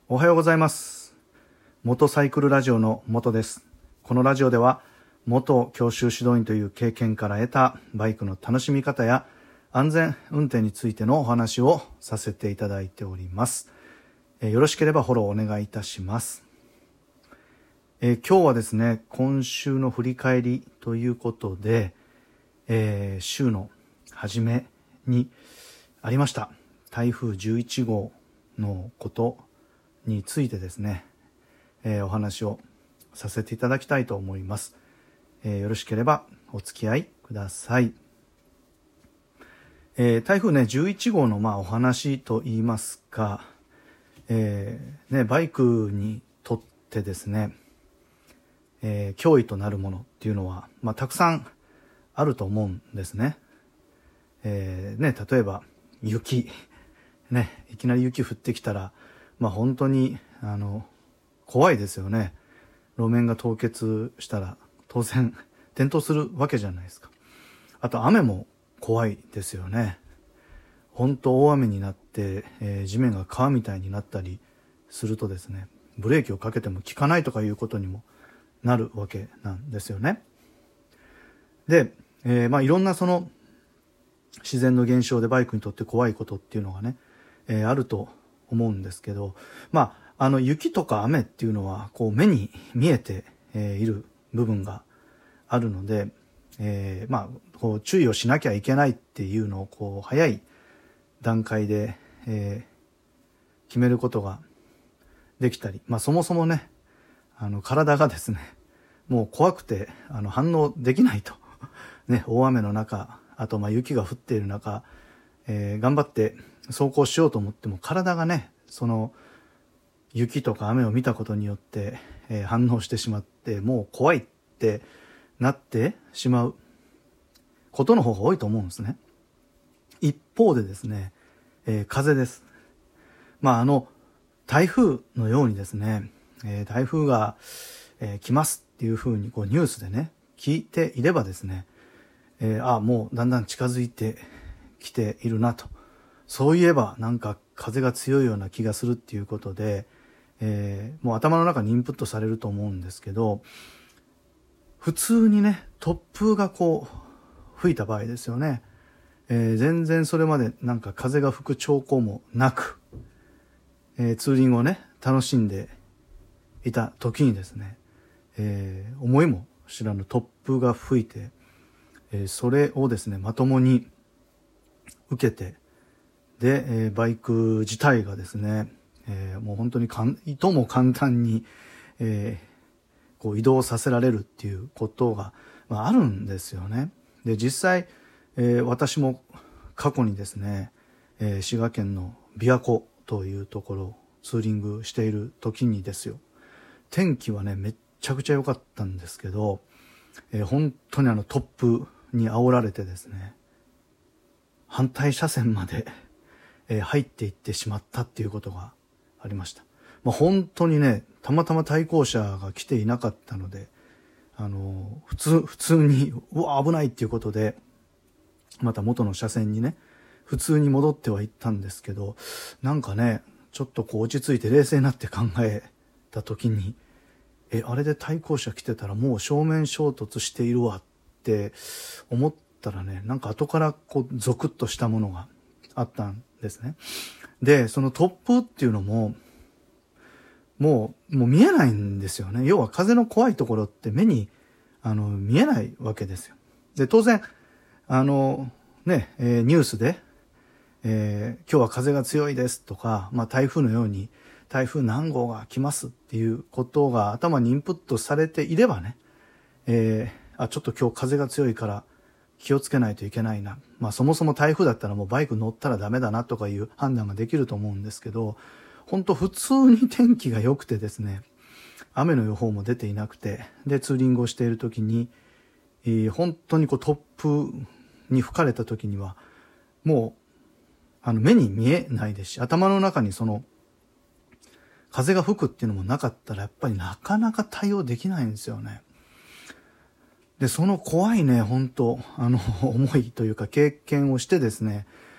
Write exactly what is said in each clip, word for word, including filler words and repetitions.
おはようございます。元サイクルラジオの元です。このラジオでは元教習指導員という経験から得たバイクの楽しみ方や安全運転についてのお話をさせていただいております。えー、よろしければフォローお願いいたします。えー、今日はですね、今週の振り返りということで、えー、週の初めにありました台風じゅういち号のことについてですね、えー、お話をさせていただきたいと思います。えー、よろしければお付き合いください。えー、台風ねじゅういち号のまあお話といいますか、えーね、バイクにとってですね、えー、脅威となるものっていうのは、まあ、たくさんあると思うんですね。えー、ね例えば雪ね、いきなり雪降ってきたら、まあ本当にあの怖いですよね。路面が凍結したら当然転倒するわけじゃないですか。あと雨も怖いですよね。本当大雨になって、えー、地面が川みたいになったりするとですね、ブレーキをかけても効かないとかいうことにもなるわけなんですよね。で、えー、まあいろんなその自然の現象でバイクにとって怖いことっていうのがね、えー、あると思うんですけど、まああの雪とか雨っていうのはこう目に見えて、えー、いる部分があるので、えー、まあこう注意をしなきゃいけないっていうのをこう早い段階で、えー、決めることができたり、まあそもそもね、あの体がですね、もう怖くてあの反応できないとね、大雨の中、あとまあ雪が降っている中、えー、頑張って走行しようと思っても体がね、その雪とか雨を見たことによって、えー、反応してしまって、もう怖いってなってしまうことの方が多いと思うんですね。一方でですね、えー、風です。まああの台風のようにですね、えー、台風が、えー、来ますっていうふうにこうニュースでね聞いていればですね、えー、ああもうだんだん近づいてきているなと、そういえばなんか風が強いような気がするっていうことで、えー、もう頭の中にインプットされると思うんですけど、普通にね突風がこう吹いた場合ですよね、えー、全然それまでなんか風が吹く兆候もなく、えー、ツーリングをね楽しんでいた時にですね、えー、思いも知らぬ突風が吹いて、えー、それをですねまともに受けて、で、えー、バイク自体がですね、えー、もう本当にかんいとも簡単に、えー、こう移動させられるっていうことが、まあ、あるんですよね。で実際、えー、私も過去にですね、えー、滋賀県の琵琶湖というところをツーリングしている時にですよ、天気はねめっちゃくちゃ良かったんですけど、えー、本当にあの突風に煽られてですね、反対車線まで、えー、入っていってしまったっていうことがありました。まあ、本当にねたまたま対向車が来ていなかったので、あのー、普通普通にうわ危ないっていうことでまた元の車線にね普通に戻ってはいったんですけど、なんかねちょっとこう落ち着いて冷静になって考えた時に、えあれで対向車来てたらもう正面衝突しているわって思ったらね、なんか後からこうゾクッとしたものがあったんですね。でその突風っていうのももうもう見えないんですよね。要は風の怖いところって目にあの見えないわけですよ。で当然あのね、えー、ニュースで、えー、今日は風が強いですとか、まあ、台風のように台風何号が来ますっていうことが頭にインプットされていればね、えー、あちょっと今日風が強いから気をつけないといけないな、まあそもそも台風だったらもうバイク乗ったらダメだなとかいう判断ができると思うんですけど、本当普通に天気が良くてですね、雨の予報も出ていなくて、でツーリングをしている時に、えー、本当にこう突風に吹かれた時にはもうあの目に見えないですし、頭の中にその風が吹くっていうのもなかったらやっぱりなかなか対応できないんですよね。でその怖いね本当あの思いというか経験をしてですね、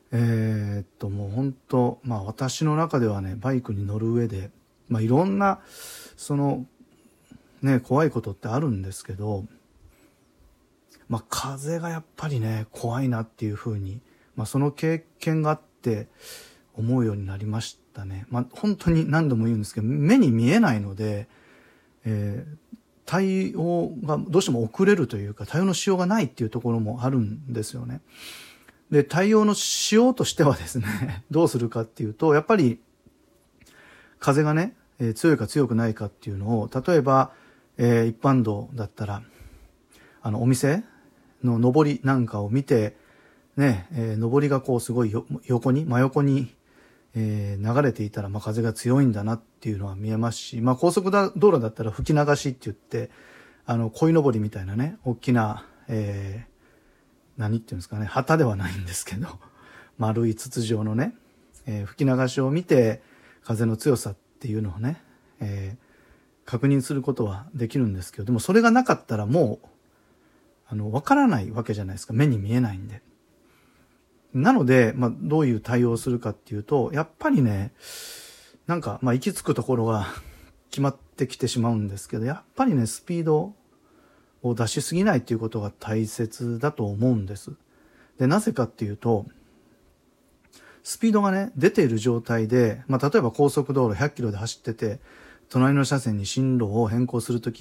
えー、っともう本当まあ私の中ではね、バイクに乗る上でまあいろんなそのね怖いことってあるんですけど、まあ風がやっぱりね怖いなっていうふうに、まあその経験があって思うようになりましたね。まあ本当に何度も言うんですけど、目に見えないので、えー、対応がどうしても遅れるというか、対応のしようがないっていうところもあるんですよね。で、対応のしようとしてはですね、どうするかっていうと、やっぱり風がね、えー、強いか強くないかっていうのを、例えば、えー、一般道だったら、あの、お店の上りなんかを見て、ね、えー、上りがこうすごいよ横に、真横に、えー、流れていたら、まあ、風が強いんだなっていうのは見えますし、まあ、高速道路だったら吹き流しって言って、あの、鯉のぼりみたいなね、大きな、えー、何っていうんですかね、旗ではないんですけど、丸い筒状のね、えー、吹き流しを見て、風の強さっていうのをね、えー、確認することはできるんですけど、でもそれがなかったらもう、あの、わからないわけじゃないですか。目に見えないんで。なので、まあ、どういう対応をするかっていうと、やっぱりね、なんか、まあ、行き着くところが決まってきてしまうんですけど、やっぱりね、スピードを出しすぎないっていうことが大切だと思うんです。で、なぜかっていうと、スピードがね、出ている状態で、まあ、例えば高速道路ひゃっキロで走ってて、隣の車線に進路を変更するときって、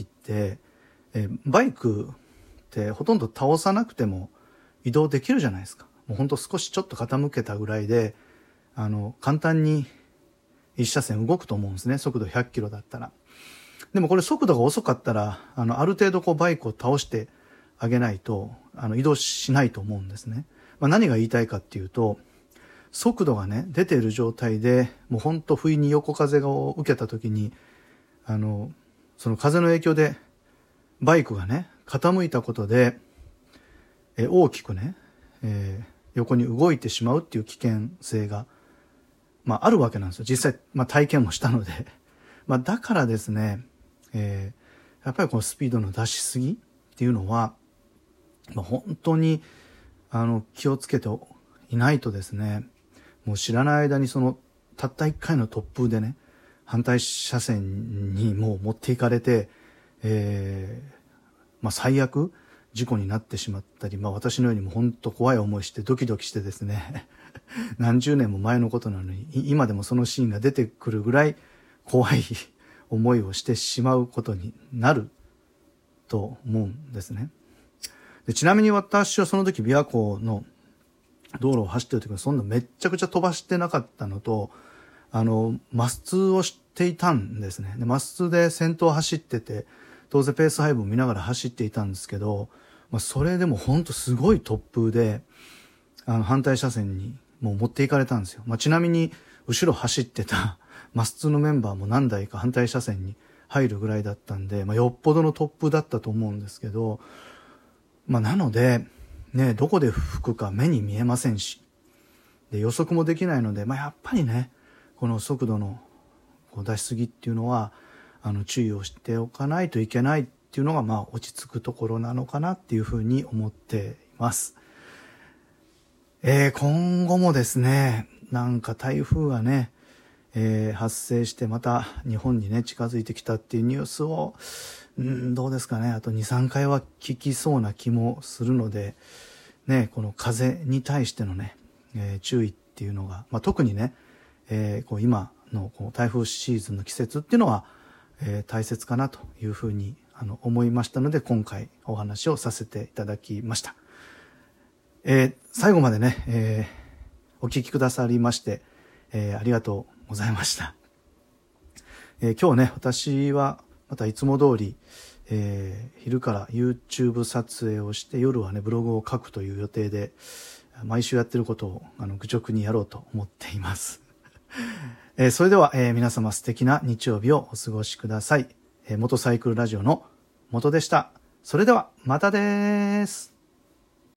えバイクってほとんど倒さなくても移動できるじゃないですか。もうほんと少しちょっと傾けたぐらいで、あの、簡単に一車線動くと思うんですね。速度ひゃっキロだったら。でもこれ速度が遅かったら、あの、ある程度こうバイクを倒してあげないと、あの、移動しないと思うんですね。まあ、何が言いたいかっていうと、速度がね、出ている状態で、もうほんと不意に横風を受けた時に、あの、その風の影響で、バイクがね、傾いたことで、え大きくね、えー、横に動いてしまうっていう危険性が、まあ、あるわけなんですよ。実際、まあ、体験もしたので。まあ、だからですね、えー、やっぱりこのスピードの出しすぎっていうのは、まあ、本当に、あの、気をつけていないとですね、もう知らない間にその、たった一回の突風でね、反対車線にもう持っていかれて、えー、まあ、最悪、事故になってしまったり、まあ私のようにも本当怖い思いしてドキドキしてですね、何十年も前のことなのに、今でもそのシーンが出てくるぐらい怖い思いをしてしまうことになると思うんですね。でちなみに私はその時琵琶湖の道路を走ってる時はそんなめっちゃくちゃ飛ばしてなかったのと、あの、マスツをしていたんですね。でマスツで先頭走ってて、当然ペース配分を見ながら走っていたんですけど、まあ、それでも本当すごい突風で、あの、反対車線にもう持っていかれたんですよ。まあ、ちなみに、後ろ走ってたマスツのメンバーも何台か反対車線に入るぐらいだったんで、まあ、よっぽどの突風だったと思うんですけど、まあ、なので、ね、どこで吹くか目に見えませんし、で、予測もできないので、まあ、やっぱりね、この速度のこう出しすぎっていうのは、あの、注意をしておかないといけないっていうのが、まあ、落ち着くところなのかなっていうふうに思っています。えー、今後もですね、なんか台風がね、えー、発生してまた日本にね、近づいてきたっていうニュースを、うん、どうですかね、あとに、さんかいは聞きそうな気もするので、ね、この風に対してのね、えー、注意っていうのが、まあ、特にね、えー、こう今のこう台風シーズンの季節っていうのは、えー、大切かなというふうにあの思いましたので、今回お話をさせていただきました。えー、最後までね、えー、お聞きくださりまして、えー、ありがとうございました。えー、今日ね、私はまたいつも通り、えー、昼から YouTube 撮影をして夜はねブログを書くという予定で毎週やってることをあの愚直にやろうと思っています。えー、それでは、えー、皆様素敵な日曜日をお過ごしください。えー、元サイクルラジオの元でした。それではまたです。